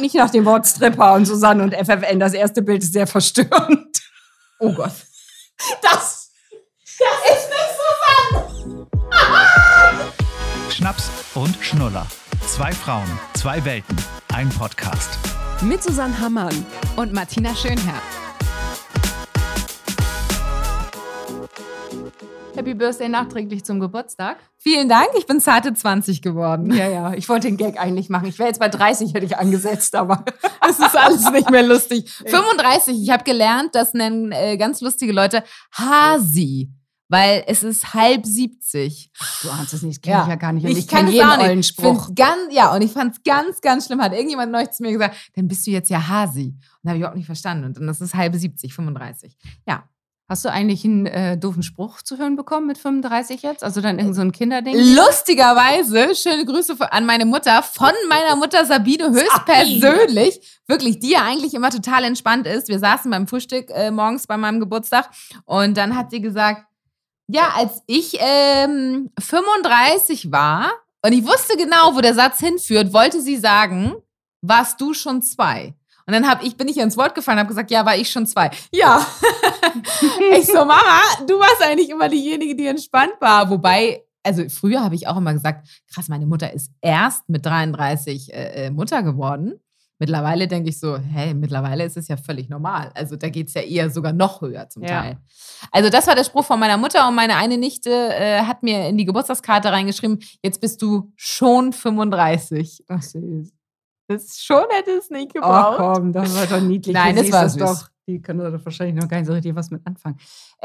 nicht nach dem Wort Stripper und Susanne und FFN. Das erste Bild ist sehr verstörend. Oh Gott. Das ist nicht Susanne! Schnaps und Schnuller. 2 Frauen, 2 Welten, ein Podcast. Mit Susanne Hammann und Martina Schönherr. Happy Birthday nachträglich zum Geburtstag. Vielen Dank, ich bin zarte 20 geworden. Ja, ich wollte den Gag eigentlich machen. Ich wäre jetzt bei 30, hätte ich angesetzt, aber Es ist alles nicht mehr lustig. 35, ich habe gelernt, das nennen ganz lustige Leute Hasi, weil es ist 76. du ahnst es nicht, das kenne ich ja gar nicht. Und ich kann kenne es jeden auch nicht. Eulenspruch. Und ich fand es ganz, ganz schlimm. Hat irgendjemand neulich zu mir gesagt, dann bist du jetzt ja Hasi. Und habe ich überhaupt nicht verstanden. Und das ist halbe 70, 35. Ja. Hast du eigentlich einen doofen Spruch zu hören bekommen mit 35 jetzt? Also dann irgend so ein Kinderding? Lustigerweise, schöne Grüße an meine Mutter, von meiner Mutter Sabine höchstpersönlich, wirklich, die ja eigentlich immer total entspannt ist. Wir saßen beim Frühstück morgens bei meinem Geburtstag und dann hat sie gesagt, ja, als ich 35 war und ich wusste genau, wo der Satz hinführt, wollte sie sagen, warst du schon 2? Und dann bin ich ins Wort gefallen und habe gesagt, ja, war ich schon 2. Ja. Ich so, Mama, du warst eigentlich immer diejenige, die entspannt war. Wobei, also früher habe ich auch immer gesagt, krass, meine Mutter ist erst mit 33 Mutter geworden. Mittlerweile denke ich so, hey, mittlerweile ist es ja völlig normal. Also da geht es ja eher sogar noch höher zum Teil. Also das war der Spruch von meiner Mutter und meine eine Nichte hat mir in die Geburtstagskarte reingeschrieben, jetzt bist du schon 35. Ach, süß. Das schon hätte es nicht Oh gebraucht. komm, das war doch niedlich. Nein, Du das siehst war das süß. doch. Die können doch wahrscheinlich noch gar nicht so richtig was mit anfangen.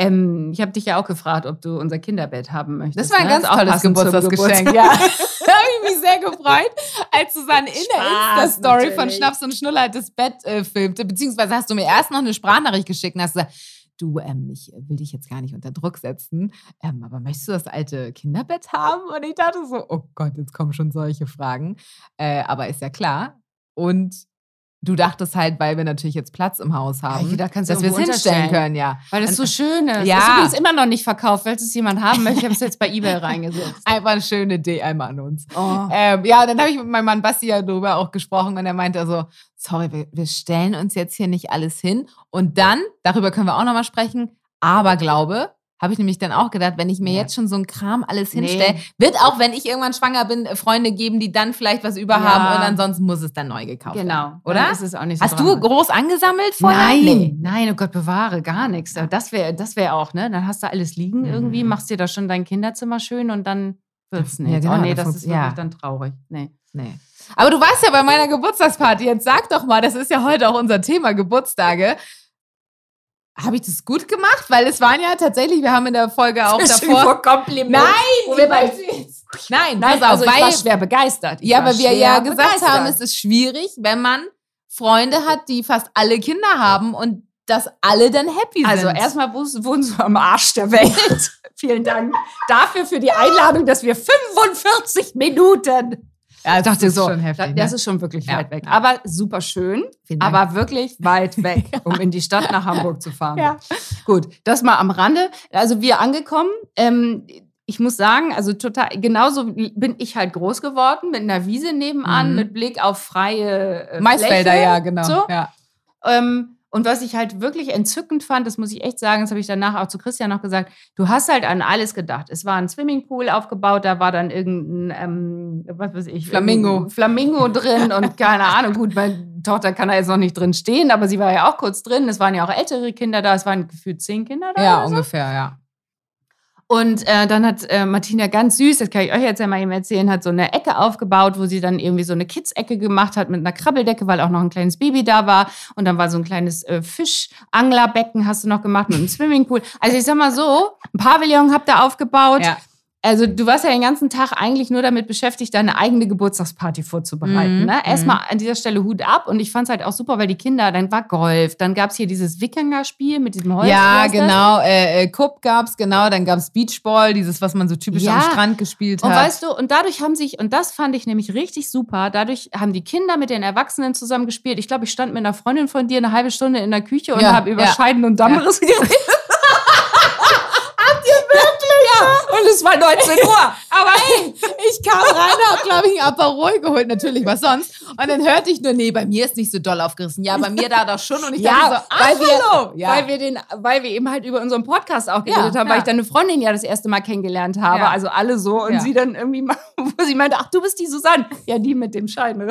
Ich habe dich ja auch gefragt, ob du unser Kinderbett haben möchtest. Das war ein ganz Auch tolles passend zum Geburtstagsgeschenk. Ja. Da habe ich mich sehr gefreut, als Susanne in der Spaß, Insta-Story von natürlich. Schnaps und Schnuller das Bett filmte. Beziehungsweise hast du mir erst noch eine Sprachnachricht geschickt und hast gesagt, du, ich will dich jetzt gar nicht unter Druck setzen, aber möchtest du das alte Kinderbett haben? Und ich dachte so, oh Gott, jetzt kommen schon solche Fragen. Aber ist ja klar. Und du dachtest halt, weil wir natürlich jetzt Platz im Haus haben, da kannst du dass wir es irgendwo hinstellen unterstellen. können, ja. Weil das so schön ist. Ja. Ist übrigens immer noch nicht verkauft. Falls es jemand haben möchte, ich habe es jetzt bei eBay reingesetzt. Einfach eine schöne DM an uns. Oh. Ja, dann habe ich mit meinem Mann Basti ja darüber auch gesprochen und er meinte so, sorry, wir stellen uns jetzt hier nicht alles hin. Und dann, darüber können wir auch nochmal sprechen, Aberglaube, habe ich nämlich dann auch gedacht, wenn ich mir jetzt schon so einen Kram alles hinstelle, wird auch, wenn ich irgendwann schwanger bin, Freunde geben, die dann vielleicht was über haben und ansonsten muss es dann neu gekauft werden. Genau. Oder? Dann ist es auch nicht so Hast du dramatisch. groß angesammelt vorher? Nein, Nee. nein, oh Gott, bewahre, gar nichts. Das wär auch, ne? Dann hast du alles liegen irgendwie, machst dir da schon dein Kinderzimmer schön und dann wird's nicht. Ja, genau, Oh nee, das das ist ja. wirklich dann traurig. Nee. Nee. Aber du warst ja bei meiner Geburtstagsparty. Jetzt sag doch mal, das ist ja heute auch unser Thema, Geburtstage. Habe ich das gut gemacht? Weil es waren ja tatsächlich, wir haben in der Folge auch davor... Vor Kompliment. Nein, Wo wir bei Nein, Nein, pass auf, also ich war weil, schwer begeistert. Ich ja, war weil wir schwer ja gesagt begeistert. haben, es ist schwierig, wenn man Freunde hat, die fast alle Kinder haben und dass alle dann happy sind. Also erstmal wohnst du am Arsch der Welt. Vielen Dank dafür für die Einladung, dass wir 45 Minuten... ja, Ich dachte so, schon heftig, das ne? ist schon wirklich Ja. weit weg. Aber super schön, Vielen Dank. aber wirklich weit weg, um in die Stadt nach Hamburg zu fahren. Ja. Gut, das mal am Rande. Also wir angekommen. Ich muss sagen, also total, genauso bin ich halt groß geworden, mit einer Wiese nebenan, mit Blick auf freie Maisfelder, Fläche, ja, genau. So. Ja. Und was ich halt wirklich entzückend fand, das muss ich echt sagen, das habe ich danach auch zu Christian noch gesagt, du hast halt an alles gedacht. Es war ein Swimmingpool aufgebaut, da war dann irgendein, was weiß ich, Flamingo. Flamingo drin und keine Ahnung, gut, meine Tochter kann da jetzt noch nicht drin stehen, aber sie war ja auch kurz drin. Es waren ja auch ältere Kinder da, es waren gefühlt 10 Kinder da. Ja, oder so. ungefähr, ja. Und dann hat Martina ganz süß, das kann ich euch jetzt ja mal eben erzählen, hat so eine Ecke aufgebaut, wo sie dann irgendwie so eine Kids-Ecke gemacht hat mit einer Krabbeldecke, weil auch noch ein kleines Baby da war. Und dann war so ein kleines Fischanglerbecken hast du noch gemacht mit einem Swimmingpool. Also ich sag mal so, ein Pavillon habt ihr aufgebaut. Ja. Also du warst ja den ganzen Tag eigentlich nur damit beschäftigt, deine eigene Geburtstagsparty vorzubereiten. Ne? Erstmal an dieser Stelle Hut ab. Und ich fand es halt auch super, weil die Kinder, dann war Golf, dann gab es hier dieses Wikinger-Spiel mit diesem Holz. Ja, weißt du? genau. Cup gab's, genau. Dann gab's Beachball, dieses, was man so typisch Ja. am Strand gespielt hat. Und weißt du, und dadurch haben sich, und das fand ich nämlich richtig super, dadurch haben die Kinder mit den Erwachsenen zusammen gespielt. Ich glaube, ich stand mit einer Freundin von dir eine halbe Stunde in der Küche und Ja, habe über ja. Scheiden und Dammriss geredet. und Und es war 19 Uhr. Aber hey, Ich kam rein, hab, glaube ich, ein Aperol geholt. Natürlich, was sonst? Und dann hörte ich nur, nee, bei mir ist nicht so doll aufgerissen. Ja, bei mir da doch schon. Und ich dachte so, hallo. Ja. weil wir eben halt über unseren Podcast auch geredet haben, weil ich deine Freundin ja das erste Mal kennengelernt habe. Ja. Also alle so. Und sie dann irgendwie mal, wo sie meinte, ach, du bist die Susanne. Ja, die mit dem Scheinriss.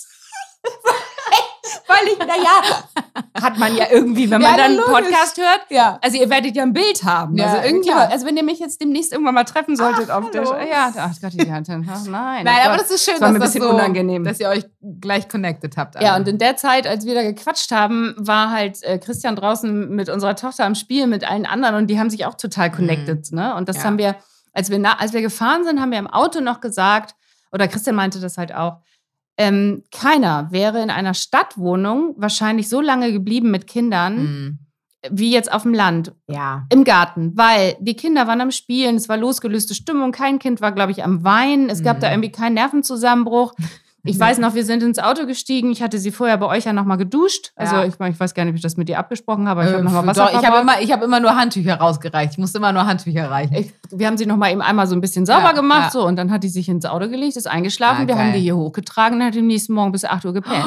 Weil ich, hat man ja irgendwie, wenn man dann einen Podcast hört. Ja. Also ihr werdet ja ein Bild haben. Ja, Also klar. also wenn ihr mich jetzt demnächst irgendwann mal treffen solltet auf der ach Gott, die Hand. Ach nein. Nein, oh aber Gott. das ist schön, Das war mir dass ein bisschen das so, unangenehm. dass ihr euch gleich connected habt. Alle. Ja, und in der Zeit, als wir da gequatscht haben, war halt Christian draußen mit unserer Tochter am Spiel mit allen anderen und die haben sich auch total connected. Ne? Und das haben wir, als wir gefahren sind, haben wir im Auto noch gesagt, oder Christian meinte das halt auch, keiner wäre in einer Stadtwohnung wahrscheinlich so lange geblieben mit Kindern, wie jetzt auf dem Land. Ja. Im Garten, weil die Kinder waren am Spielen, es war losgelöste Stimmung, kein Kind war, glaube ich, am Weinen, es gab da irgendwie keinen Nervenzusammenbruch. Ich weiß noch, wir sind ins Auto gestiegen, ich hatte sie vorher bei euch ja nochmal geduscht. Also ich weiß gar nicht, ob ich das mit dir abgesprochen habe, aber ich habe nochmal Wasser verbraucht. Ich habe immer nur Handtücher rausgereicht. Ich musste immer nur Handtücher reichen. Wir haben sie nochmal eben einmal so ein bisschen sauber gemacht so, und dann hat die sich ins Auto gelegt, ist eingeschlafen, wir haben die hier hochgetragen und hat am nächsten Morgen bis 8 Uhr gepennt.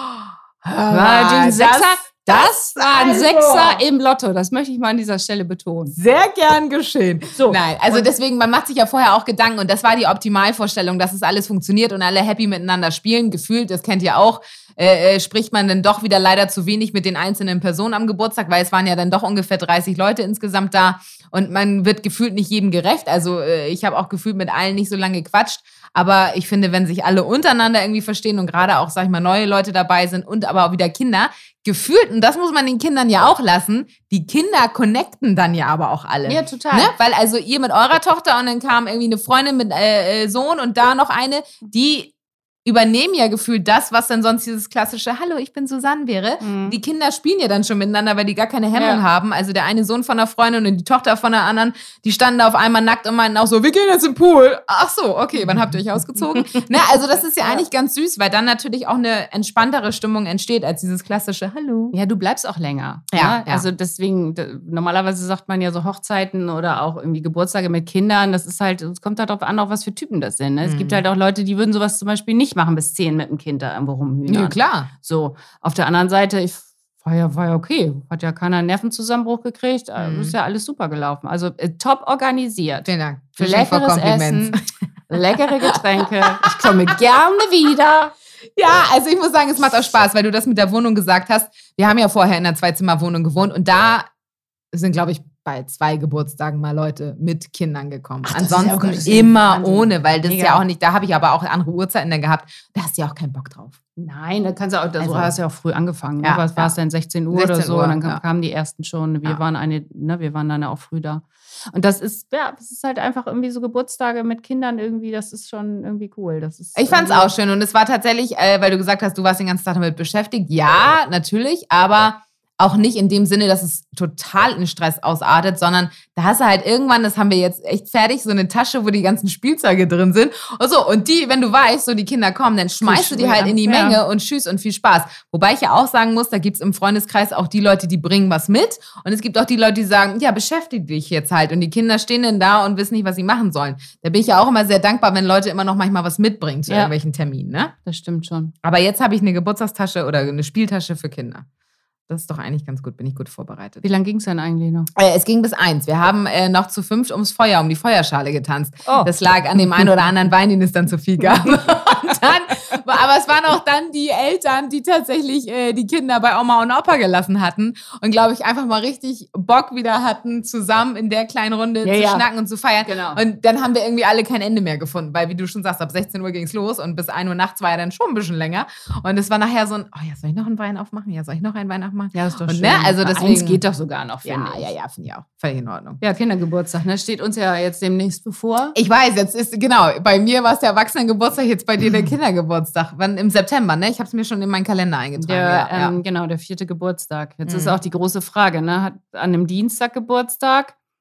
Das war ein Sechser im Lotto. Das möchte ich mal an dieser Stelle betonen. Sehr gern geschehen. So. Nein, also deswegen, man macht sich ja vorher auch Gedanken und das war die Optimalvorstellung, dass es alles funktioniert und alle happy miteinander spielen. Gefühlt, das kennt ihr auch, spricht man dann doch wieder leider zu wenig mit den einzelnen Personen am Geburtstag, weil es waren ja dann doch ungefähr 30 Leute insgesamt da und man wird gefühlt nicht jedem gerecht. Also ich habe auch gefühlt mit allen nicht so lange gequatscht. Aber ich finde, wenn sich alle untereinander irgendwie verstehen und gerade auch, sag ich mal, neue Leute dabei sind und aber auch wieder Kinder, gefühlt, und das muss man den Kindern ja auch lassen, die Kinder connecten dann ja aber auch alle. Ja, total. Ne? Weil also ihr mit eurer Tochter und dann kam irgendwie eine Freundin mit Sohn und da noch eine, die übernehmen ja gefühlt das, was dann sonst dieses klassische Hallo, ich bin Susanne wäre. Die Kinder spielen ja dann schon miteinander, weil die gar keine Hemmung haben. Also der eine Sohn von der Freundin und die Tochter von der anderen, die standen da auf einmal nackt und meinten auch so, wir gehen jetzt im Pool. Ach so, okay, wann habt ihr euch ausgezogen? Ne, also das ist ja eigentlich ganz süß, weil dann natürlich auch eine entspanntere Stimmung entsteht, als dieses klassische Hallo. Ja, du bleibst auch länger. Ja. Also deswegen, normalerweise sagt man ja so Hochzeiten oder auch irgendwie Geburtstage mit Kindern, das ist halt, es kommt halt darauf an, auch was für Typen das sind. Ne? Es gibt halt auch Leute, die würden sowas zum Beispiel nicht machen bis 10 mit dem Kind da irgendwo rumhühnern. Ja, klar. So, auf der anderen Seite, war ja okay. Hat ja keiner einen Nervenzusammenbruch gekriegt. Ist ja alles super gelaufen. Also top organisiert. Vielen Dank. Leckeres Essen, leckere Getränke. Ich komme gerne wieder. Ja, also ich muss sagen, es macht auch Spaß, weil du das mit der Wohnung gesagt hast. Wir haben ja vorher in einer Zweizimmerwohnung gewohnt und da sind, glaube ich, bei 2 Geburtstagen mal Leute mit Kindern gekommen. Ach, das ist ja ansonsten auch immer Wahnsinn. ohne, weil das Mega. ja auch nicht, da habe ich aber auch andere Uhrzeiten dann gehabt. Da hast du ja auch keinen Bock drauf. Nein, da kannst du auch, Also- du hast ja auch früh angefangen. Ja, Ne? Was war es denn, 16 Uhr oder 16 so? Uhr, Und dann ja. kamen die ersten schon. Wir waren dann ja auch früh da. Und das ist halt einfach irgendwie so Geburtstage mit Kindern irgendwie, das ist schon irgendwie cool. Das ist Ich fand's auch schön und es war tatsächlich, weil du gesagt hast, du warst den ganzen Tag damit beschäftigt. Ja, natürlich, aber auch nicht in dem Sinne, dass es total in Stress ausartet, sondern da hast du halt irgendwann, das haben wir jetzt echt fertig, so eine Tasche, wo die ganzen Spielzeuge drin sind. Und so, und die, wenn du weißt, so die Kinder kommen, dann schmeißt du die halt in die Menge und tschüss und viel Spaß. Wobei ich ja auch sagen muss, da gibt's im Freundeskreis auch die Leute, die bringen was mit. Und es gibt auch die Leute, die sagen, ja, beschäftige dich jetzt halt. Und die Kinder stehen dann da und wissen nicht, was sie machen sollen. Da bin ich ja auch immer sehr dankbar, wenn Leute immer noch manchmal was mitbringen zu irgendwelchen Terminen, ne? Das stimmt schon. Aber jetzt habe ich eine Geburtstagstasche oder eine Spieltasche für Kinder. Das ist doch eigentlich ganz gut, bin ich gut vorbereitet. Wie lange ging es denn eigentlich noch? Es ging bis 1. Wir haben noch zu 5 ums Feuer, um die Feuerschale getanzt. Oh. Das lag an dem einen oder anderen Wein, den es dann zu viel gab. Aber es waren auch dann die Eltern, die tatsächlich die Kinder bei Oma und Opa gelassen hatten und, glaube ich, einfach mal richtig Bock wieder hatten, zusammen in der kleinen Runde zu schnacken und zu feiern. Genau. Und dann haben wir irgendwie alle kein Ende mehr gefunden, weil, wie du schon sagst, ab 16 Uhr ging es los und bis 1 Uhr nachts war ja dann schon ein bisschen länger. Und es war nachher so ein, oh ja, soll ich noch einen Wein aufmachen? Ja, soll ich noch einen Wein aufmachen? Ja, ist doch Und, schön. ne, also deswegen, Eins geht doch sogar noch, finde ich. Ja, finde ich auch. Völlig in Ordnung. Ja, Kindergeburtstag, ne? Steht uns ja jetzt demnächst bevor. Ich weiß, jetzt ist, genau, bei mir war es der Erwachsenengeburtstag, jetzt bei dir der Kindergeburtstag. Wann? Im September, ne? Ich habe es mir schon in meinen Kalender eingetragen. Genau, der 4. Geburtstag. Jetzt ist auch die große Frage, ne? Hat an einem Dienstag Geburtstag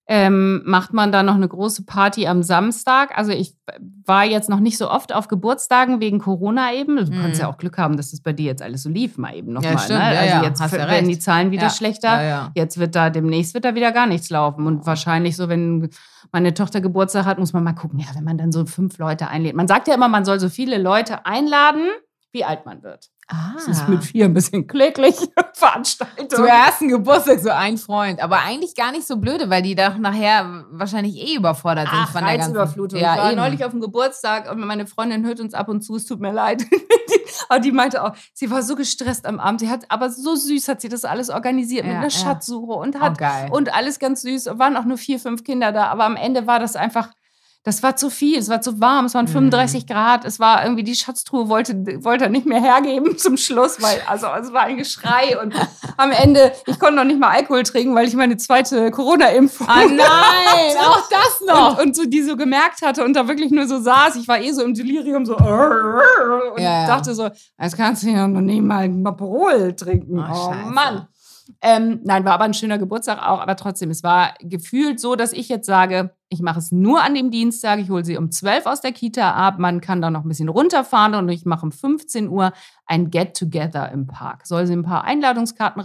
macht man dann noch eine große Party am Samstag. Also ich war jetzt noch nicht so oft auf Geburtstagen wegen Corona eben. Du kannst ja auch Glück haben, dass das bei dir jetzt alles so lief mal eben nochmal. stimmt, ne? Also jetzt hast ja werden die recht. Zahlen wieder Ja. schlechter. Ja. Jetzt demnächst wird da wieder gar nichts laufen. Und wahrscheinlich so, wenn meine Tochter Geburtstag hat, muss man mal gucken, ja, wenn man dann so 5 Leute einlädt. Man sagt ja immer, man soll so viele Leute einladen, wie alt man wird. Das ist mit 4 ein bisschen kläglich. Veranstaltung. Zum ersten Geburtstag so ein Freund. Aber eigentlich gar nicht so blöde, weil die doch nachher wahrscheinlich überfordert sind von der ganzen... Reizüberflutung. Ich war neulich auf dem Geburtstag und meine Freundin hört uns ab und zu, es tut mir leid. Aber die meinte auch, sie war so gestresst am Abend. Sie hat aber so süß, hat sie das alles organisiert mit einer Schatzsuche und geil. und alles ganz süß. Es waren auch nur 4, 5 Kinder da, aber am Ende war das einfach... Das war zu viel, es war zu warm, es waren 35 Grad, es war irgendwie, die Schatztruhe wollte er nicht mehr hergeben zum Schluss, weil, also es war ein Geschrei und am Ende, ich konnte noch nicht mal Alkohol trinken, weil ich meine zweite Corona-Impfung nein, auch das noch. und so die so gemerkt hatte und da wirklich nur so saß, ich war so im Delirium so und dachte so, jetzt kannst du ja noch nicht mal ein Aperol trinken, oh Mann. Nein, war aber ein schöner Geburtstag auch, aber trotzdem, es war gefühlt so, dass ich jetzt sage, ich mache es nur an dem Dienstag, ich hole sie um 12 aus der Kita ab, man kann da noch ein bisschen runterfahren und ich mache um 15 Uhr ein Get-Together im Park. Soll sie ein paar Einladungskarten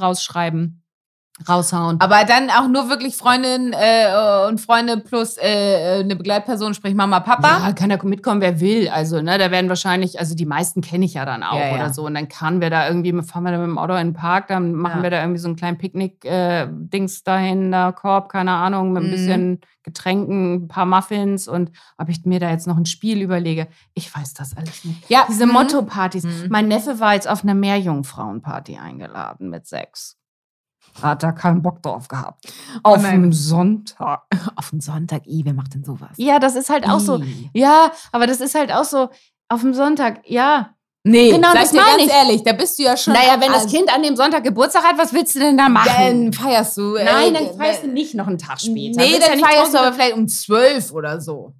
raushauen. Aber dann auch nur wirklich Freundinnen und Freunde plus eine Begleitperson, sprich Mama, Papa? Ja, kann da mitkommen, wer will. Also, ne, da werden wahrscheinlich, also die meisten kenne ich ja dann auch oder so. Und dann fahren wir da irgendwie mit dem Auto in den Park, dann machen wir da irgendwie so einen kleinen Picknick-Dings dahin, da Korb, keine Ahnung, mit ein bisschen Getränken, ein paar Muffins und ob ich mir da jetzt noch ein Spiel überlege. Ich weiß das alles nicht. Ja. Diese Motto-Partys. Mein Neffe war jetzt auf einer Meerjungfrauen-Party eingeladen mit 6. Hat da keinen Bock drauf gehabt. Auf einen Sonntag. Auf den Sonntag, wer macht denn sowas? Ja, das ist halt auch so. Ja, aber das ist halt auch so auf dem Sonntag, ja. Nee, genau, sag das dir meine ganz ich. ehrlich, da bist du ja schon... Naja, wenn das Kind an dem Sonntag Geburtstag hat, was willst du denn da machen? Dann feierst du... Nein, dann feierst du nicht noch einen Tag später. Nee, Willst dann ja nicht feierst du draußen- aber vielleicht um 12 oder so.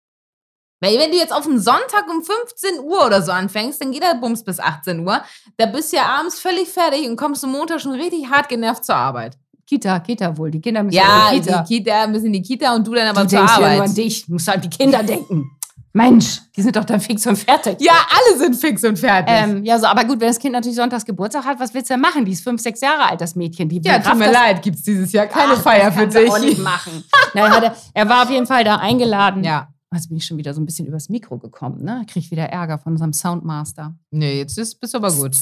Weil wenn du jetzt auf dem Sonntag um 15 Uhr oder so anfängst, dann geht der Bums bis 18 Uhr. Da bist du ja abends völlig fertig und kommst am Montag schon richtig hart genervt zur Arbeit. Kita wohl. Die Kinder müssen Ja, in die Kita. die Kita müssen in die Kita und du dann aber Du zur denkst ja Arbeit. nur an dich. Du musst an die Kinder denken. Mensch, die sind doch dann fix und fertig. Ja, alle sind fix und fertig. Ja, so, aber gut, wenn das Kind natürlich sonntags Geburtstag hat, was willst du denn machen? Die ist 5, 6 Jahre alt, das Mädchen. Die ja, tut mir leid, gibt's dieses Jahr keine Feier für das kannst du dich. auch nicht machen. Na, er war auf jeden Fall da eingeladen. Ja. Jetzt bin ich schon wieder so ein bisschen übers Mikro gekommen, ne? Krieg wieder Ärger von unserem Soundmaster. Nee, jetzt bist du aber gut.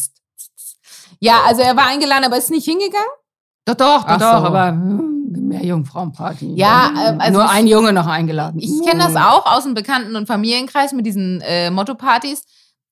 Ja, also er war eingeladen, aber ist nicht hingegangen? Doch, Ach so. aber Meerjungfrauenparty. Ja, also nur ein Junge noch eingeladen. Ich kenne das auch aus dem Bekannten- und Familienkreis mit diesen Motto-Partys.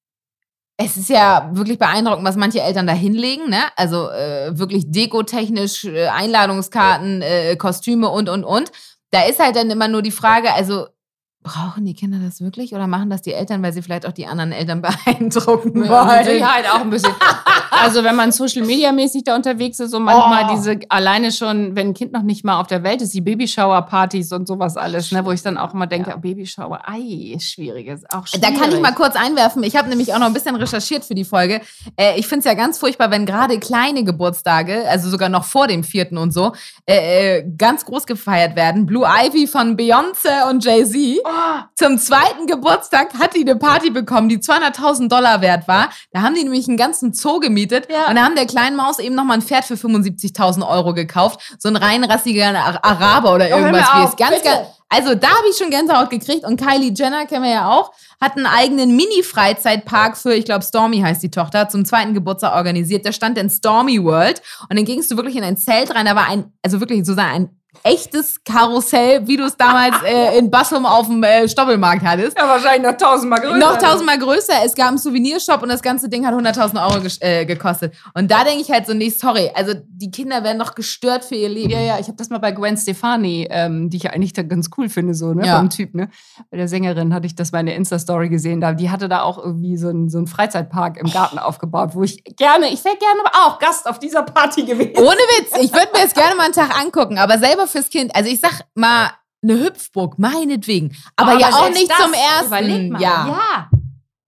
Es ist ja wirklich beeindruckend, was manche Eltern da hinlegen, ne? Also wirklich dekotechnisch, Einladungskarten, Kostüme und. Da ist halt dann immer nur die Frage, also brauchen die Kinder das wirklich oder machen das die Eltern, weil sie vielleicht auch die anderen Eltern beeindrucken Mit wollen? Sicherheit auch ein bisschen. Also wenn man Social-Media-mäßig da unterwegs ist und manchmal diese, alleine schon, wenn ein Kind noch nicht mal auf der Welt ist, die Babyshower-Partys und sowas alles, ne, wo ich dann auch immer denke, Babyshower, schwierig, ist auch schwierig. Da kann ich mal kurz einwerfen. Ich habe nämlich auch noch ein bisschen recherchiert für die Folge. Ich finde es ja ganz furchtbar, wenn gerade kleine Geburtstage, also sogar noch vor dem 4. und so, ganz groß gefeiert werden. Blue Ivy von Beyoncé und Jay-Z. Zum 2. Geburtstag hat die eine Party bekommen, die $200.000 wert war. Da haben die nämlich einen ganzen Zoo gemietet. Und da haben der kleinen Maus eben nochmal ein Pferd für 75.000 € gekauft. So ein reinrassiger Araber oder irgendwas wie es. Ganz. Also da habe ich schon Gänsehaut gekriegt. Und Kylie Jenner, kennen wir ja auch, hat einen eigenen Mini-Freizeitpark für, ich glaube, Stormy heißt die Tochter, zum 2. Geburtstag organisiert. Der stand in Stormy World. Und dann gingst du wirklich in ein Zelt rein. Da war also wirklich sozusagen ein echtes Karussell, wie du es damals in Bassum auf dem Stoppelmarkt hattest. Ja, wahrscheinlich noch 1000-mal größer. Noch 1000-mal größer. Es gab einen Souvenirshop und das ganze Ding hat 100.000 € gekostet. Und da denke ich halt so, nee, sorry, also die Kinder werden noch gestört für ihr Leben. Ja, ich habe das mal bei Gwen Stefani, die ich ja eigentlich da ganz cool finde, so, ne, vom Typ, ne. Bei der Sängerin hatte ich das mal in der Insta-Story gesehen, die hatte da auch irgendwie so einen Freizeitpark im Garten aufgebaut, wo ich wäre gerne auch Gast auf dieser Party gewesen. Ohne Witz, ich würde mir jetzt gerne mal einen Tag angucken, aber selber fürs Kind, also ich sag mal, eine Hüpfburg, meinetwegen. Aber ja auch nicht zum ersten. Überleg mal. Ja.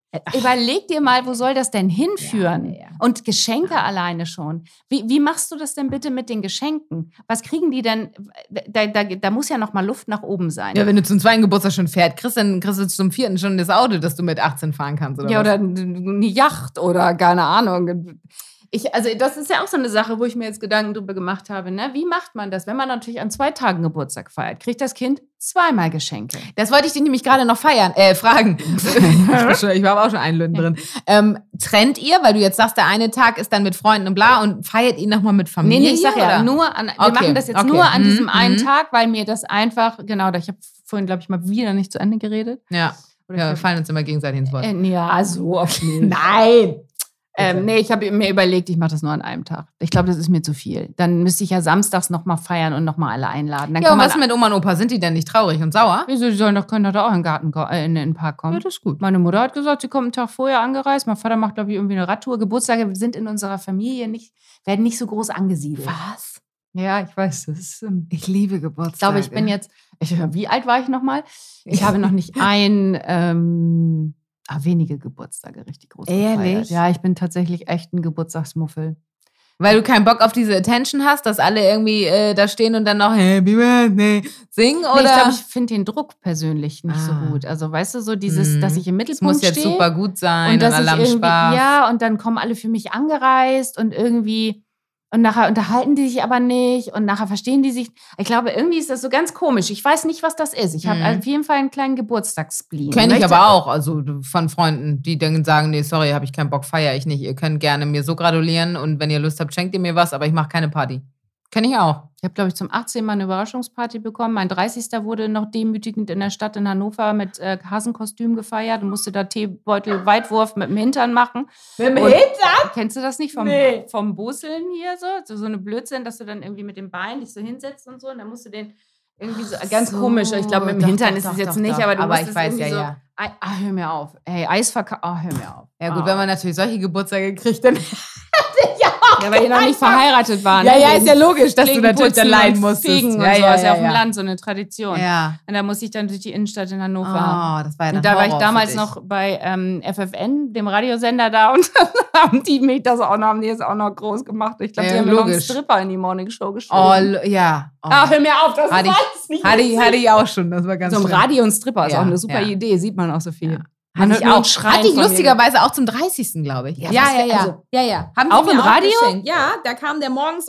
Überleg dir mal, wo soll das denn hinführen? Ja. Und Geschenke alleine schon. Wie machst du das denn bitte mit den Geschenken? Was kriegen die denn? Da muss ja noch mal Luft nach oben sein. Ja, wenn du zum 2. Geburtstag schon fährt, kriegst du zum 4. schon das Auto, das du mit 18 fahren kannst, oder Ja, was? oder eine Yacht oder keine Ahnung. Also das ist ja auch so eine Sache, wo ich mir jetzt Gedanken drüber gemacht habe. Ne? Wie macht man das, wenn man natürlich an 2 Tagen Geburtstag feiert? Kriegt das Kind 2-mal Geschenke? Das wollte ich dich nämlich gerade noch fragen. Ich war aber auch schon einlöten drin. Trennt ihr, weil du jetzt sagst, der eine Tag ist dann mit Freunden und bla und feiert ihn nochmal mit Familie? Nee, ich sag ja, oder? wir machen das jetzt nur an diesem einen Tag, weil mir das einfach, genau, ich habe vorhin, glaube ich, mal wieder nicht zu Ende geredet. Ja, wir fallen uns immer gegenseitig ins Wort. Ja, so oft nicht. Nein! Nee, ich habe mir überlegt, ich mache das nur an einem Tag. Ich glaube, das ist mir zu viel. Dann müsste ich ja samstags nochmal feiern und nochmal alle einladen. Dann Ja, und was mit Oma und Opa? Sind die denn nicht traurig und sauer? Wieso, die können doch auch in den Garten, in den Park kommen. Ja, das ist gut. Meine Mutter hat gesagt, sie kommt einen Tag vorher angereist. Mein Vater macht, glaube ich, irgendwie eine Radtour. Geburtstage sind in unserer Familie werden nicht so groß angesiedelt. Was? Ja, ich weiß, das ist... Ich liebe Ich Geburtstage. glaube, ich bin jetzt... wie alt war ich nochmal? Ich habe noch nicht wenige Geburtstage richtig groß gefeiert. Ehrlich? Ja, ich bin tatsächlich echt ein Geburtstagsmuffel. Weil du keinen Bock auf diese Attention hast, dass alle irgendwie da stehen und dann noch Happy Birthday singen, oder? Nee, ich glaube, ich finde den Druck persönlich nicht so Ah. gut. Also, weißt du, so dieses, dass ich im Es Mittelpunkt muss jetzt stehe. super gut sein und dass alle ich haben irgendwie, Spaß. ja, und dann kommen alle für mich angereist und irgendwie, und nachher unterhalten die sich aber nicht und nachher verstehen die sich. Ich glaube, irgendwie ist das so ganz komisch. Ich weiß nicht, was das ist. Ich habe auf jeden Fall einen kleinen Geburtstagsspleen. Kenne ich aber auch, also von Freunden, die dann sagen, nee, sorry, habe ich keinen Bock, feiere ich nicht. Ihr könnt gerne mir so gratulieren und wenn ihr Lust habt, schenkt ihr mir was, aber ich mache keine Party. Kenne ich auch. Ich habe, glaube ich, zum 18. Mal eine Überraschungsparty bekommen. Mein 30. wurde noch demütigend in der Stadt in Hannover mit Hasenkostüm gefeiert und musste da Teebeutel Weitwurf mit dem Hintern machen. Mit dem Und- Hintern? Kennst du das nicht vom Boseln hier so? So eine Blödsinn, dass du dann irgendwie mit dem Bein dich so hinsetzt und so und dann musst du den irgendwie so, ganz komisch. Ich glaube, mit dem Doch, Hintern doch, ist es doch, jetzt doch, nicht, doch. aber du Aber musst ich es weiß, irgendwie ja, so, ja. hör mir auf. Ey, Eisverkauf, hör mir auf. Ja gut, wenn man natürlich solche Geburtstage kriegt, dann Ja, weil ihr noch nicht verheiratet waren. Ja, ne? ja, ist ja logisch, dass du Klinken natürlich dann putzen leiden und musstest. Fegen und Ja, so, ja, ist ja ja, auf dem ja. Land so eine Tradition. Ja. Und da musste ich dann durch die Innenstadt in Hannover. Oh, das war ja Und dann da war ich Horror für damals dich. noch bei FFN, dem Radiosender da, und dann haben die mich das auch noch, haben die das auch noch groß gemacht. Ich glaube, Ja, die haben mir noch einen logisch. Stripper in die Morning Show Oh, geschoben. ja. Oh. Hör mir auf, das Hatte ist ich- alles nicht Hatte ich auch schon, das war ganz so ein schlimm. Radio und Stripper ist Ja, auch eine super ja. Idee, sieht man auch so viel. Ja. Man Hatte hört ich nur auch. Schreien Hatte ich von mir. lustigerweise auch zum 30. glaube ich. Ja, also, ja. Haben auch sie im mir Radio? geschenkt. Ja, da kam der morgens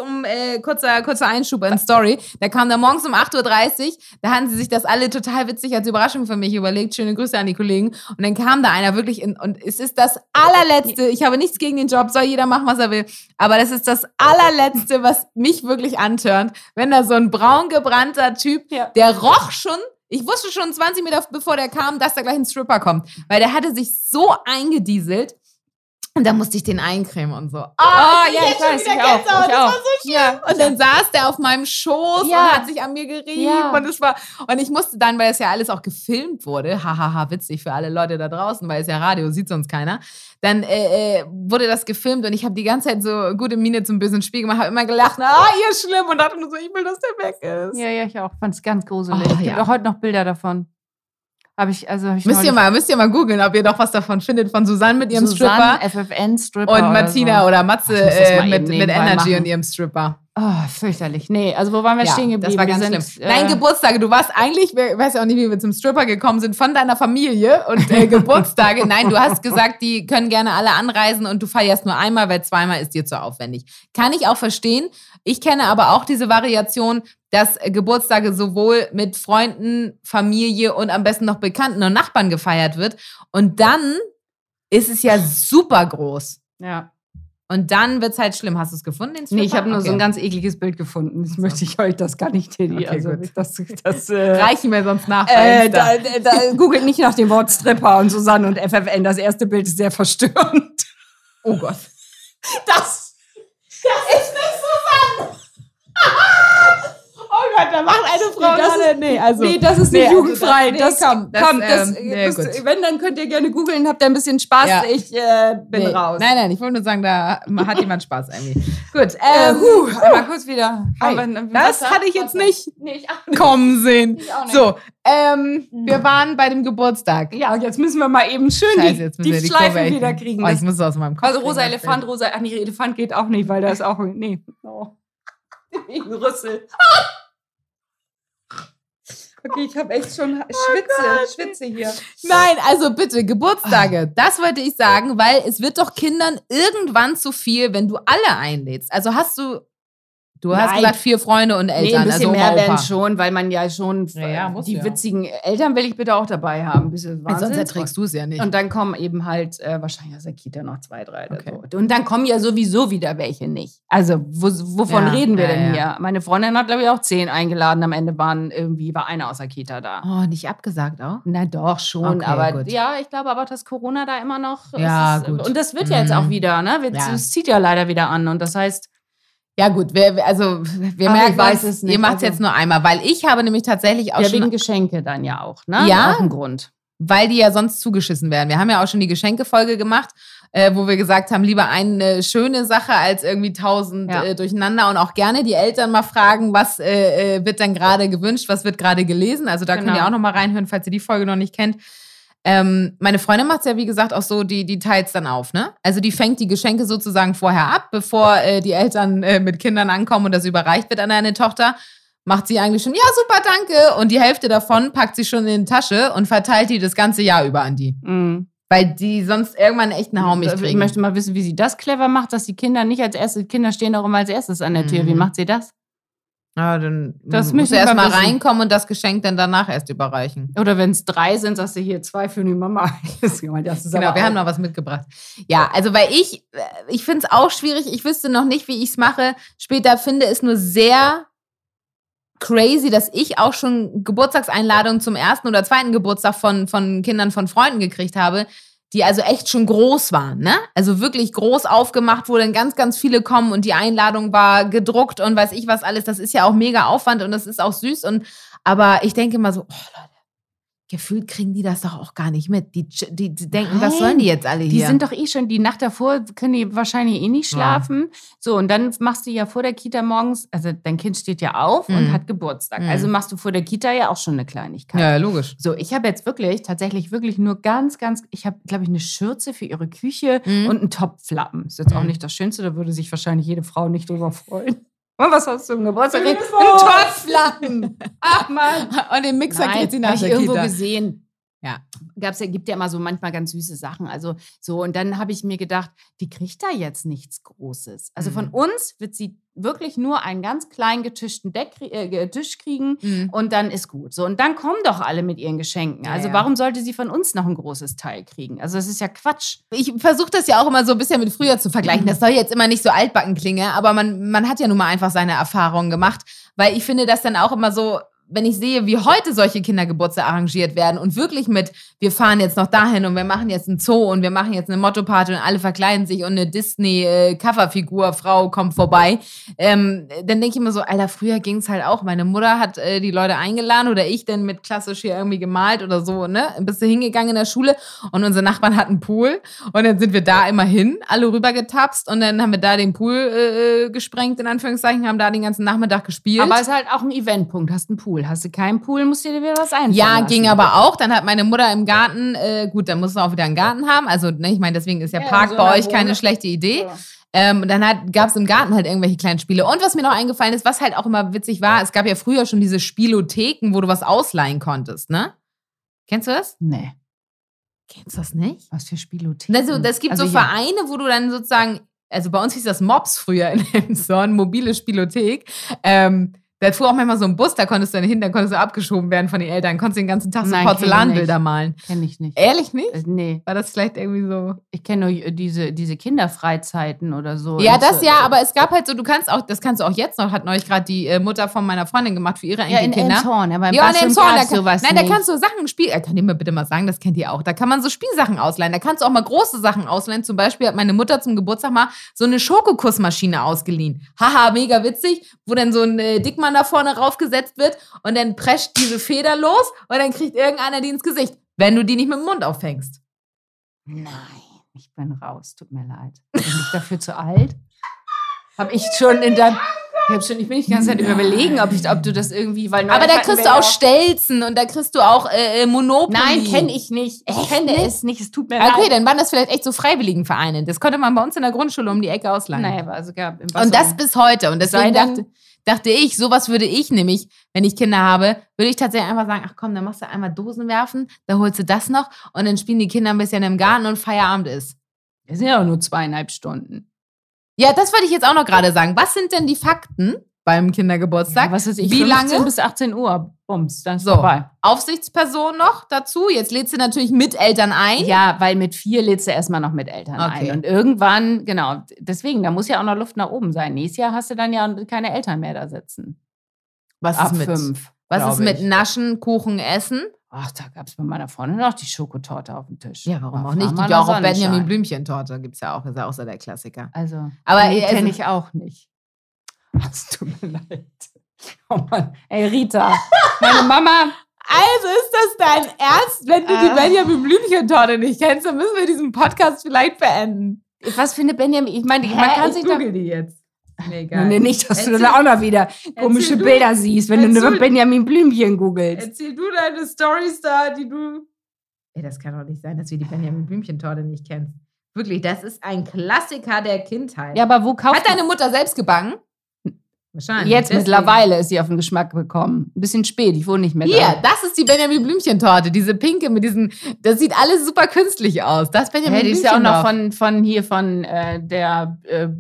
kurzer Einschub in Story, da kam der morgens um 8.30 Uhr, da hatten sie sich das alle total witzig als Überraschung für mich überlegt, schöne Grüße an die Kollegen, und dann kam da einer wirklich und es ist das allerletzte, ich habe nichts gegen den Job, soll jeder machen, was er will, aber das ist das allerletzte, was mich wirklich antörnt, wenn da so ein braun gebrannter Typ, Ja. der roch schon. Ich wusste schon 20 Meter bevor der kam, dass da gleich ein Stripper kommt. Weil der hatte sich so eingedieselt. Und da musste ich den eincremen und so. Oh, ja, ich weiß, ich auch. Das Ich war auch. so schlimm. Ja. Und dann saß der auf meinem Schoß Ja. und hat sich an mir gerieben. Ja. Und ich musste dann, weil es ja alles auch gefilmt wurde, hahaha, witzig für alle Leute da draußen, weil es ja Radio, sieht sonst keiner, dann wurde das gefilmt und ich habe die ganze Zeit so gute Miene zum bösen Spiel gemacht, habe immer gelacht, ihr ist schlimm, und dachte nur so, ich will, dass der weg ist. Ja, ich auch. Fand es ganz gruselig. Oh, Es gibt ja. auch heute noch Bilder davon. Hab ich Müsst ihr mal googeln, ob ihr doch was davon findet von Susanne mit ihrem Stripper FFN Stripper und Martina so. oder Matze Ich muss das mal eben mit nebenbei Energy machen. und ihrem Stripper. Oh, fürchterlich. Nee, also wo waren wir stehen geblieben? das war ganz Wir schlimm. Nein, Geburtstage. Du warst eigentlich, ich weiß ja auch nicht, wie wir zum Stripper gekommen sind, von deiner Familie und Geburtstage. Nein, du hast gesagt, die können gerne alle anreisen und du feierst nur einmal, weil zweimal ist dir zu aufwendig. Kann ich auch verstehen. Ich kenne aber auch diese Variation, dass Geburtstage sowohl mit Freunden, Familie und am besten noch Bekannten und Nachbarn gefeiert wird. Und dann ist es ja super groß. Ja. Und dann wird es halt schlimm. Hast du es gefunden, den Stripper? Nee, ich habe nur so Okay. ein ganz ekliges Bild gefunden. Das möchte ich euch das gar nicht, Teddy. Okay, also gut. das Reichen wir sonst nach. bei Insta. da googelt nicht nach dem Wort Stripper und Susanne und FFN. Das erste Bild ist sehr verstörend. Oh Gott. Das ist nicht Susanne! Oh Gott, da macht eine Frau gerade. Nee, das ist nicht jugendfrei. Wenn, dann könnt ihr gerne googeln, habt ihr ein bisschen Spaß. Ja. Ich bin raus. Nein, ich wollte nur sagen, da hat jemand Spaß irgendwie. Gut, Einmal kurz wieder. das hatte ich jetzt nicht Nee, ich auch nicht. kommen sehen. Ich auch nicht. So, wir waren bei dem Geburtstag. Ja, und jetzt müssen wir mal eben schön Scheiße, jetzt müssen wir die die Kurve Schleifen echt- wieder kriegen. Oh, ich muss es aus meinem Kopf Also rosa kriegen, Elefant, Elefant geht auch nicht, weil da ist auch, nee. Oh. Wegen Rüssel. Okay, ich habe echt schon Schwitze hier. Nein, also bitte, Geburtstage. Das wollte ich sagen, weil es wird doch Kindern irgendwann zu viel, wenn du alle einlädst. Also hast du hast Nein. gesagt 4 Freunde und Eltern. Nee, ein bisschen also mehr Oma, werden Opa. schon, weil man ja schon Ja, muss die ja. witzigen Eltern will ich bitte auch dabei haben. Bisschen Weil sonst Wahnsinn. erträgst du es ja nicht. Und dann kommen eben halt wahrscheinlich aus der Kita noch 2, 3 oder Okay. so. Und dann kommen ja sowieso wieder welche nicht. Also wovon Ja, reden wir ja, denn ja. hier? Meine Freundin hat, glaube ich, auch 10 eingeladen. Am Ende war einer aus der Kita da. Oh, nicht abgesagt auch? Na doch, schon. Okay, aber gut. ja, ich glaube aber, dass Corona da immer noch. Ja, es ist, gut. Und das wird ja jetzt auch wieder, ne? Ja. Es zieht ja leider wieder an. Und das heißt, Ja gut, wir Aber merken, ich weiß es nicht, ihr macht es also- jetzt nur einmal, weil ich habe nämlich tatsächlich auch ja, schon, wegen Geschenke dann ja auch, ne? Ja. Auch ein Grund. weil die ja sonst zugeschissen werden. Wir haben ja auch schon die Geschenkefolge gemacht, wo wir gesagt haben, lieber eine schöne Sache als irgendwie 1000 Ja. durcheinander und auch gerne die Eltern mal fragen, was wird denn gerade gewünscht, was wird gerade gelesen. Also da könnt Genau. ihr auch noch mal reinhören, falls ihr die Folge noch nicht kennt. Meine Freundin macht es ja, wie gesagt, auch so, die teilt es dann auf, ne? Also die fängt die Geschenke sozusagen vorher ab, bevor die Eltern mit Kindern ankommen und das überreicht wird an eine Tochter. Macht sie eigentlich schon, ja, super, danke. Und die Hälfte davon packt sie schon in die Tasche und verteilt die das ganze Jahr über an die. Mhm. Weil die sonst irgendwann echt einen Haumich Ich kriegen. möchte mal wissen, wie sie das clever macht, dass die Kinder nicht als erstes, Kinder stehen auch immer als erstes an der Tür. Wie macht sie das? Ja, dann Das musst müssen du erst wir mal wissen. reinkommen und das Geschenk dann danach erst überreichen. Oder wenn es 3 sind, sagst du hier 2 für die Mama. Das ist Genau, aber wir haben auch- noch was mitgebracht. Ja, also weil ich finde es auch schwierig. Ich wüsste noch nicht, wie ich es mache. Später finde es nur sehr crazy, dass ich auch schon Geburtstagseinladungen zum 1. oder 2. Geburtstag von Kindern von Freunden gekriegt habe, die also echt schon groß waren, ne? Also wirklich groß aufgemacht, wo dann ganz, ganz viele kommen und die Einladung war gedruckt und weiß ich was alles. Das ist ja auch mega Aufwand und das ist auch süß. Aber ich denke immer so, oh Leute, gefühlt kriegen die das doch auch gar nicht mit. Die denken, was Nein, sollen die jetzt alle hier? Die sind doch eh schon, die Nacht davor können die wahrscheinlich eh nicht schlafen. So, und dann machst du ja vor der Kita morgens, also dein Kind steht ja auf und hat Geburtstag. Also machst du vor der Kita ja auch schon eine Kleinigkeit. ja, logisch. So, ich habe jetzt tatsächlich wirklich nur ich habe, glaube ich, eine Schürze für ihre Küche und einen Topflappen. Ist jetzt auch nicht das Schönste, da würde sich wahrscheinlich jede Frau nicht drüber freuen. Und was hast du im Geburtstag? Ein Topflappen! Ach Mann! Und den Mixer kriegt sie Nein, nach habe ich der irgendwo Kita. gesehen. Ja. Gibt ja immer so manchmal ganz süße Sachen. Also so, und dann habe ich mir gedacht, die kriegt da jetzt nichts Großes. Also von uns wird sie wirklich nur einen ganz kleinen getischten Tisch kriegen und dann ist gut. So, und dann kommen doch alle mit ihren Geschenken. Also ja. warum sollte sie von uns noch ein großes Teil kriegen? Also das ist ja Quatsch. Ich versuche das ja auch immer so ein bisschen mit früher zu vergleichen. Das soll jetzt immer nicht so altbacken klingen, aber man hat ja nun mal einfach seine Erfahrungen gemacht. Weil ich finde das dann auch immer so, wenn ich sehe, wie heute solche Kindergeburtstage arrangiert werden und wirklich mit, wir fahren jetzt noch dahin und wir machen jetzt einen Zoo und wir machen jetzt eine Motto-Party und alle verkleiden sich und eine Disney-Coverfigur, Frau kommt vorbei, dann denke ich immer so, Alter, früher ging es halt auch. Meine Mutter hat die Leute eingeladen oder ich dann mit klassisch hier irgendwie gemalt oder so, ne? Bist du hingegangen in der Schule und unsere Nachbarn hatten einen Pool und dann sind wir da immer hin, alle rübergetapst und dann haben wir da den Pool gesprengt, in Anführungszeichen, haben da den ganzen Nachmittag gespielt. Aber es ist halt auch ein Eventpunkt. Hast einen Pool. Hast du keinen Pool, musst du dir wieder was einfallen Ja, lassen. ging aber auch. Dann hat meine Mutter im Garten, gut, dann musst du auch wieder einen Garten haben. Also, ne, ich meine, deswegen ist ja Ja, Park so bei eine euch keine Wohnung. schlechte Idee. Ja. Dann gab es im Garten halt irgendwelche kleinen Spiele. Und was mir noch eingefallen ist, was halt auch immer witzig war, es gab ja früher schon diese Spielotheken, wo du was ausleihen konntest, ne? Kennst du das? Nee. Kennst du das nicht? Was für Spielotheken? Also, es gibt so ja. Vereine, wo du dann sozusagen, also bei uns hieß das Mops früher in Elmshorn, mobile Spielothek. Da fuhr auch manchmal so ein Bus, da konntest du dann hin, da konntest du abgeschoben werden von den Eltern, konntest den ganzen Tag so Nein, Porzellanbilder malen. Kenn ich nicht. Ehrlich nicht? Nee. War das vielleicht irgendwie so? Ich kenne nur diese Kinderfreizeiten oder so. Ja, Und das so- ja, aber es gab halt so, das kannst du auch jetzt noch, hat neulich gerade die Mutter von meiner Freundin gemacht für ihre Ja, in Enkelkinder. Elmshorn. Aber Ja, in Elmshorn, da sowas nein, da nicht. kannst du Sachen spielen. Kann ihr mir bitte mal sagen, das kennt ihr auch. Da kann man so Spielsachen ausleihen. Da kannst du auch mal große Sachen ausleihen. Zum Beispiel hat meine Mutter zum Geburtstag mal so eine Schokokussmaschine ausgeliehen. Haha, mega witzig. Wo dann so ein man da vorne raufgesetzt wird und dann prescht diese Feder los und dann kriegt irgendeiner die ins Gesicht, wenn du die nicht mit dem Mund auffängst. Nein, ich bin raus. Tut mir leid. Bin ich dafür zu alt? Habe ich schon in deinem... Ich bin nicht die ganze Zeit überlegen, ob du das irgendwie... Weil aber da kriegst du auch Stelzen und da kriegst du auch Monopoly. Nein, kenne ich nicht. Ich kenne es nicht. Es tut mir Okay, leid. dann waren das vielleicht echt so Freiwilligenvereine. Das konnte man bei uns in der Grundschule um die Ecke ausleihen. Naja, aber sogar im Und das bis heute. Und deswegen Sei denn- dachte ich, sowas würde ich nämlich, wenn ich Kinder habe, würde ich tatsächlich einfach sagen, ach komm, dann machst du einmal Dosen werfen, dann holst du das noch und dann spielen die Kinder ein bisschen im Garten und Feierabend ist. Das sind ja auch nur 2,5 Stunden. Ja, das wollte ich jetzt auch noch gerade sagen. Was sind denn die Fakten beim Kindergeburtstag? Ja, was weiß ich, Wie 15 lange? bis 18 Uhr. Bums, dann ist So. vorbei. Aufsichtsperson noch dazu? Jetzt lädst du natürlich mit Eltern ein. Ja, weil mit 4 lädst du erstmal noch mit Eltern Okay. ein. Und irgendwann, genau, deswegen, da muss ja auch noch Luft nach oben sein. Nächstes Jahr hast du dann ja keine Eltern mehr da sitzen. Was Ab ist mit 5. Was ist mit Naschen, Kuchen, Essen? Ach, da gab es bei meiner Freundin noch die Schokotorte auf dem Tisch. Ja, warum auch Auf nicht? einmal Gibt ja auch auf Sonnenschein. Benjamin Blümchen-Torte. Gibt es ja auch. Ist ja auch so der Klassiker. Also, Aber die also- kenne ich auch nicht. Es tut mir leid. Oh Mann. Ey, Rita, meine Mama... Also ist das dein Ernst? Wenn du die Benjamin Blümchen-Torte nicht kennst, dann müssen wir diesen Podcast vielleicht beenden. Was für eine Benjamin... Ich meine, man kann sich da... die jetzt. Nee, egal. Nee, nicht, dass du Erzähl- dann auch noch wieder komische du- Bilder siehst, wenn du erzähl- nur Benjamin Blümchen googelst. Erzähl du deine Storys da, die du... Ey, das kann doch nicht sein, dass du die Benjamin Blümchen-Torte nicht kennst. Wirklich, das ist ein Klassiker der Kindheit. Ja, aber wo kauft Hat deine Mutter selbst gebacken? Wahrscheinlich. Jetzt Deswegen. mittlerweile ist sie auf den Geschmack gekommen. Ein bisschen spät, ich wohne nicht mehr Hier, da. das ist die Benjamin Blümchen-Torte. Diese pinke mit diesen... Das sieht alles super künstlich aus. Das ist Benjamin Ja, die ist Blümchen ja auch noch von der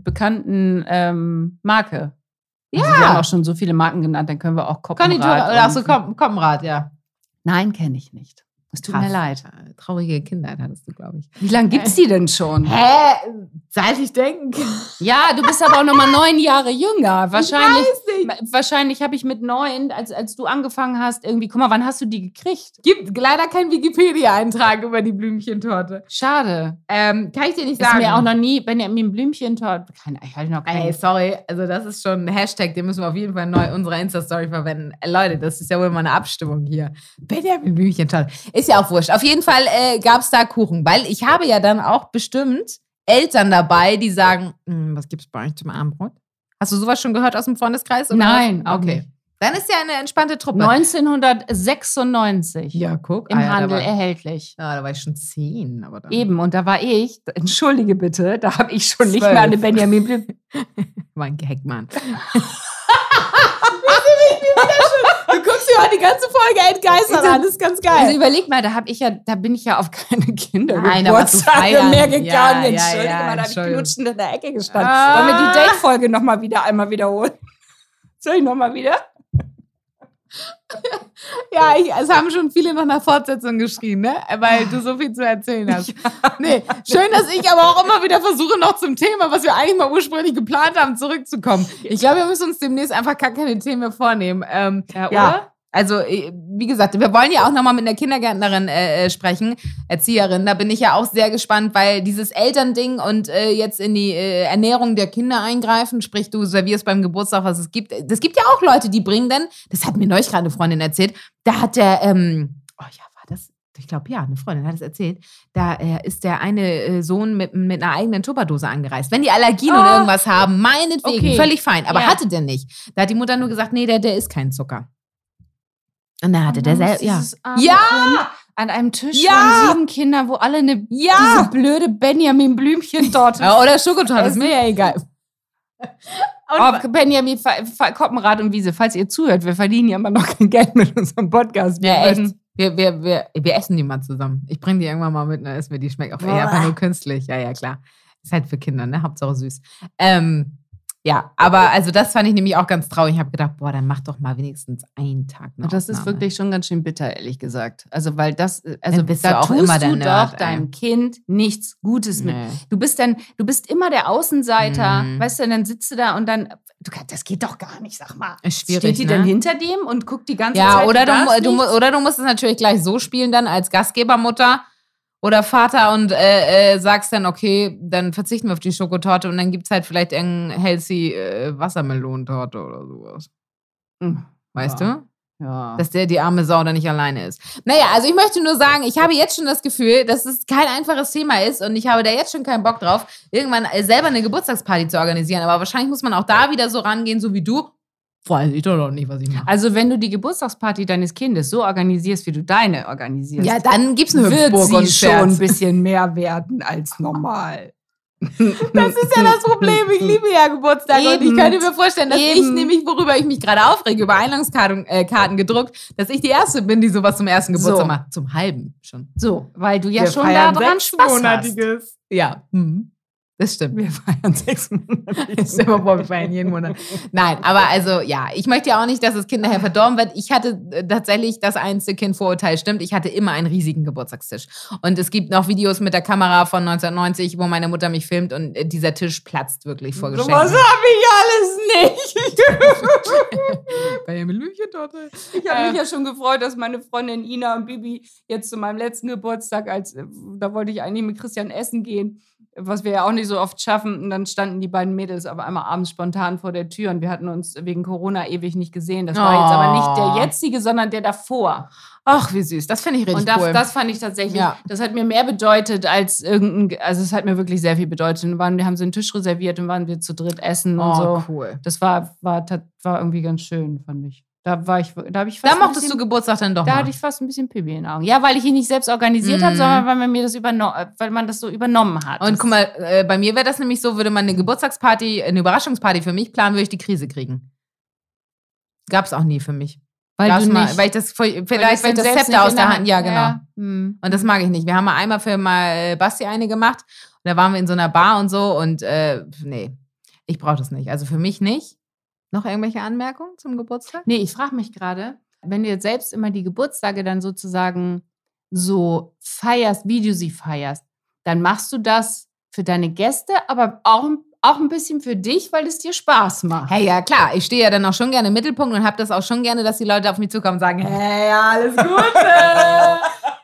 bekannten Marke. Ja. Also wir haben auch schon so viele Marken genannt, dann können wir auch Konditor. Koppenrad. Oder achso, Koppenrad, ja. Nein, kenne ich nicht. Es tut mir Krass. leid. Traurige Kindheit hattest du, glaube ich. Wie lange gibt's die denn schon? Hä? Seit ich denken kann. Ja, du bist aber auch noch mal 9 Jahre jünger. Wahrscheinlich, Ich weiß nicht. wahrscheinlich habe ich mit 9, als du angefangen hast, irgendwie, guck mal, wann hast du die gekriegt? Gibt leider keinen Wikipedia-Eintrag über die Blümchentorte. Schade. Kann ich dir nicht Ist sagen. mir auch noch nie Benjamin Blümchen-Torte. Ich hatte noch Ey, keine. sorry, also das ist schon ein Hashtag, den müssen wir auf jeden Fall neu in unserer Insta-Story verwenden. Leute, das ist ja wohl mal eine Abstimmung hier. Benjamin Blümchen-Torte. Ist ja auch wurscht. Auf jeden Fall gab es da Kuchen, weil ich habe ja dann auch bestimmt Eltern dabei, die sagen, was gibt's bei euch zum Abendbrot? Hast du sowas schon gehört aus dem Freundeskreis? Oder Nein, was? auch Okay. nicht. Dann ist ja eine entspannte Truppe. 1996 Ja, guck. im Ah, ja, Handel da war, erhältlich. ja, da war ich schon 10. Aber dann Eben, und da war ich, entschuldige bitte, da habe ich schon nicht 12. mehr eine Benjamin Blümchen. war ein Gag, Mann. Du guckst dir mal die ganze Folge entgeistert an, das ist ganz geil. Also überleg mal, da bin ich ja auf keine Kinder Nein, da warst du feiern. mehr gegangen. Ja, ja, Entschuldige ja, mal, da habe ich Entschuldigung. knutschend in der Ecke gestanden. Ah. Wollen wir die Date-Folge nochmal einmal wiederholen? Soll ich nochmal wieder? Ja, es haben schon viele nach einer Fortsetzung geschrien, ne? Weil du so viel zu erzählen hast. Nee, schön, dass ich aber auch immer wieder versuche, noch zum Thema, was wir eigentlich mal ursprünglich geplant haben, zurückzukommen. Ich glaube, wir müssen uns demnächst einfach gar keine Themen mehr vornehmen. oder? Also, wie gesagt, wir wollen ja auch nochmal mit einer Kindergärtnerin sprechen, Erzieherin. Da bin ich ja auch sehr gespannt, weil dieses Elternding und jetzt in die Ernährung der Kinder eingreifen, sprich, du servierst beim Geburtstag, was es gibt. Das gibt ja auch Leute, die bringen dann, das hat mir neulich gerade eine Freundin erzählt, da hat der, war das? Ich glaube, ja, eine Freundin hat es erzählt. Da ist der eine Sohn mit einer eigenen Tupperdose angereist. Wenn die Allergien und irgendwas haben, meinetwegen, Okay. völlig fein. Aber Ja. hatte der nicht. Da hat die Mutter nur gesagt, nee, der isst keinen Zucker. Und dann hatte der selber, ja. Ja! An einem Tisch Ja! von 7 Kindern, wo alle Ja! diese blöde Benjamin Blümchen-Torte. Ja, oder Schokotorte, ist mir ja egal. Oh, Benjamin Koppenrad und Wiese, falls ihr zuhört, wir verdienen ja immer noch kein Geld mit unserem Podcast. Wir Ja, echt. würden- Wir essen die mal zusammen. Ich bringe die irgendwann mal mit, dann essen wir die. Schmeckt auch einfach nur künstlich. Ja, ja, klar. Ist halt für Kinder, ne? Hauptsache süß. Ja, aber also das fand ich nämlich auch ganz traurig. Ich habe gedacht, boah, dann mach doch mal wenigstens einen Tag eine Das ist Ausnahme. wirklich schon ganz schön bitter, ehrlich gesagt. Also, weil das, also Dann bist da du auch tust immer der du Nerd, doch deinem Kind nichts Gutes mit. Nee. Du bist immer der Außenseiter, Mhm. weißt du, und dann sitzt du da und dann, das geht doch gar nicht, sag mal. Ist schwierig, Steht die ne? denn hinter dem und guckt die ganze Ja, Zeit? oder darfst du nichts? musst es natürlich gleich so spielen dann als Gastgebermutter oder Vater und sagst dann, okay, dann verzichten wir auf die Schokotorte und dann gibt es halt vielleicht irgendeine healthy Wassermelonentorte oder sowas. Weißt du? Ja. Dass die arme Sau da nicht alleine ist. Naja, also ich möchte nur sagen, ich habe jetzt schon das Gefühl, dass es kein einfaches Thema ist und ich habe da jetzt schon keinen Bock drauf, irgendwann selber eine Geburtstagsparty zu organisieren. Aber wahrscheinlich muss man auch da wieder so rangehen, so wie du. Weiß ich doch noch nicht, was ich mache. Also wenn du die Geburtstagsparty deines Kindes so organisierst, wie du deine organisierst, Ja, dann gibt's eine wird Hüpfburg sie und schon Scherz. ein bisschen mehr werden als normal. Das ist ja das Problem. Ich liebe ja Geburtstage und ich Eben. könnte mir vorstellen, dass ich Eben. nämlich, worüber ich mich gerade aufrege, über Einladungskarten gedruckt, dass ich die Erste bin, die sowas zum ersten Geburtstag So. macht. Zum halben schon. So, weil du ja Wir schon feiern daran Spaß hast. Ja, das stimmt. Wir feiern 6 Monate. Stell dir mal vor, wir feiern jeden Monat. Nein, aber also, ja, ich möchte ja auch nicht, dass das Kind nachher verdorben wird. Ich hatte tatsächlich das Einzelkind-Vorurteil stimmt. Ich hatte immer einen riesigen Geburtstagstisch. Und es gibt noch Videos mit der Kamera von 1990, wo meine Mutter mich filmt und dieser Tisch platzt wirklich vor Geschenken. Was hab ich alles nicht? Bei der Blümchentorte. Ich habe mich ja schon gefreut, dass meine Freundin Ina und Bibi jetzt zu meinem letzten Geburtstag, da wollte ich eigentlich mit Christian essen gehen, was wir ja auch nicht so oft schaffen. Und dann standen die beiden Mädels aber einmal abends spontan vor der Tür und wir hatten uns wegen Corona ewig nicht gesehen. Das war jetzt aber nicht der jetzige, sondern der davor. Ach, wie süß. Das finde ich richtig Und cool. das fand ich tatsächlich, Ja. das hat mir mehr bedeutet als also es hat mir wirklich sehr viel bedeutet. Wir haben so einen Tisch reserviert und waren wir zu dritt essen und so. Cool. Das war irgendwie ganz schön, fand ich. Da habe ich fast Da ein mochtest bisschen, du Geburtstag dann doch Da mal. hatte ich fast ein bisschen Pipi in den Augen. Ja, weil ich ihn nicht selbst organisiert habe, sondern weil man das so übernommen hat. Und guck mal, bei mir wäre das nämlich so, würde man eine Geburtstagsparty, eine Überraschungsparty für mich planen, würde ich die Krise kriegen. Gab's auch nie für mich. weil Gab's du mal, nicht, weil ich das selbst Zepter nicht aus in der Hand, ja genau. Ja. Hm. Und das mag ich nicht. Wir haben mal einmal für Basti eine gemacht und da waren wir in so einer Bar und so und nee, ich brauche das nicht. Also für mich nicht. Noch irgendwelche Anmerkungen zum Geburtstag? Nee, ich frage mich gerade, wenn du jetzt selbst immer die Geburtstage dann sozusagen so feierst, wie du sie feierst, dann machst du das für deine Gäste, aber auch ein bisschen für dich, weil es dir Spaß macht. Hey, ja klar, ich stehe ja dann auch schon gerne im Mittelpunkt und habe das auch schon gerne, dass die Leute auf mich zukommen und sagen, hey, alles Gute.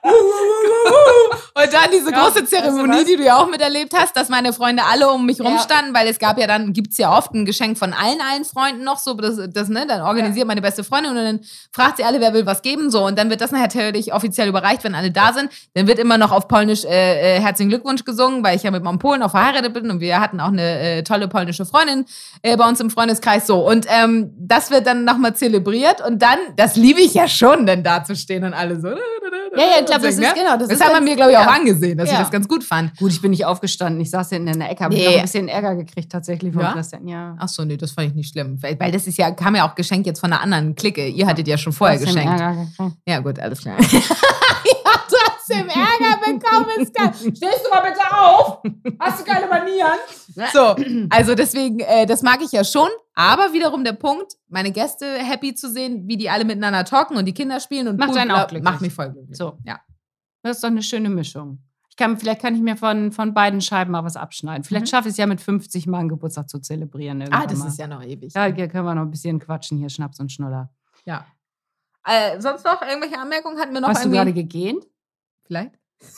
Und dann diese große Zeremonie, die du ja auch miterlebt hast, dass meine Freunde alle um mich rumstanden, weil es gab ja dann, gibt's ja oft ein Geschenk von allen Freunden noch so, dann organisiert meine beste Freundin und dann fragt sie alle, wer will was geben, so, und dann wird das nachher natürlich offiziell überreicht, wenn alle da sind. Dann wird immer noch auf Polnisch herzlichen Glückwunsch gesungen, weil ich ja mit meinem Polen auch verheiratet bin und wir hatten auch eine tolle polnische Freundin bei uns im Freundeskreis, so, und das wird dann nochmal zelebriert und dann, das liebe ich ja schon, denn da zu stehen und alle so. Ja, ich glaube, das ist genau. Das hat man mir, glaube ich, auch angesehen, dass ich Ja. das ganz gut fand. Gut, ich bin nicht aufgestanden. Ich saß hinten in der Ecke, habe noch ein bisschen Ärger gekriegt tatsächlich von Ja? Christian. Ja. Ach so, nee, das fand ich nicht schlimm. Weil das ist ja, kam ja auch geschenkt jetzt von einer anderen Clique. Ihr hattet ja schon vorher Trotzdem geschenkt. Ärger gekriegt. Ja, gut, alles klar. Ja, trotzdem Ärger bekommen ist geil. Stehst du mal bitte auf? Hast du keine Manieren? So, also deswegen, das mag ich ja schon. Aber wiederum der Punkt, meine Gäste happy zu sehen, wie die alle miteinander talken und die Kinder spielen und Macht Pool, einen auch glücklich. macht mich voll glücklich. So. Ja. Das ist doch eine schöne Mischung. Vielleicht kann ich mir von beiden Scheiben mal was abschneiden. Vielleicht schaffe ich es ja mit 50 Mal einen Geburtstag zu zelebrieren. Ah, das mal. ist ja noch ewig. Ja, hier können wir noch ein bisschen quatschen, hier Schnaps und Schnuller. Ja. Sonst noch irgendwelche Anmerkungen? Hatten wir noch Hast du irgendwie? gerade gegähnt? Vielleicht?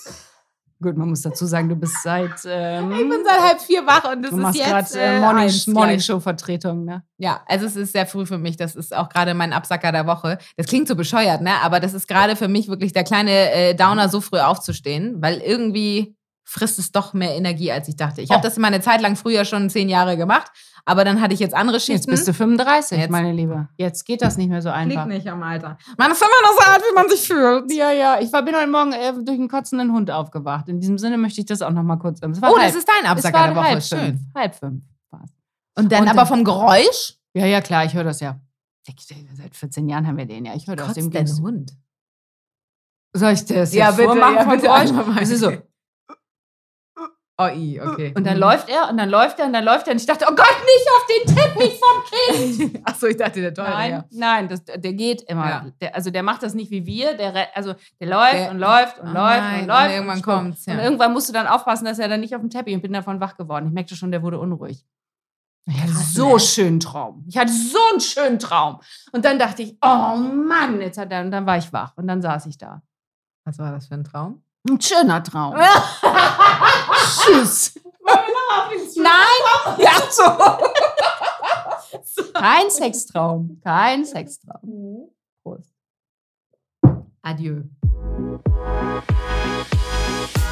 Gut, man muss dazu sagen, du bist seit... Ich bin seit 3:30 wach und das du ist machst jetzt gerade Morning Morningshow-Vertretung, ne? Ja, also es ist sehr früh für mich. Das ist auch gerade mein Absacker der Woche. Das klingt so bescheuert, ne? Aber das ist gerade für mich wirklich der kleine Downer, so früh aufzustehen, weil irgendwie frisst es doch mehr Energie, als ich dachte. Ich habe das immer eine Zeit lang früher schon 10 Jahre gemacht, aber dann hatte ich jetzt andere Schichten. Jetzt bist du 35, Jetzt. meine Liebe. Jetzt geht das nicht mehr so einfach. Liegt nicht am Alter. Man ist immer noch so alt, wie man sich fühlt. Ja. Ich bin heute Morgen durch einen kotzenden Hund aufgewacht. In diesem Sinne möchte ich das auch noch mal kurz... Das ist dein Absacker der Woche. Schön. 4:30 war's. Und dann aber vom Geräusch? Ja, klar, ich höre das ja. Seit 14 Jahren haben wir den ja. Ich höre das. Kotzt dein Hund? Soll ich das Ja, jetzt bitte, vormachen ja, vom bitte Geräusch? einmal mal. Das ist so. Oh, okay. Und dann läuft er und dann läuft er und dann läuft er und ich dachte, oh Gott, nicht auf den Teppich vom Kind. Achso, ich dachte, der Teure, Nein, der geht immer. Ja. Der macht das nicht wie wir. Der läuft und läuft und läuft nein, und läuft. und irgendwann kommt's, ja. Und irgendwann musst du dann aufpassen, dass er dann nicht auf dem Teppich und bin davon wach geworden. Ich merkte schon, der wurde unruhig. Ich hatte so einen schönen Traum. Und dann dachte ich, oh Mann, und dann war ich wach und dann saß ich da. Was war das für ein Traum? Ein schöner Traum. Tschüss. Nein! Ja, so. Kein Sextraum. Kein Sextraum. Prost. Adieu.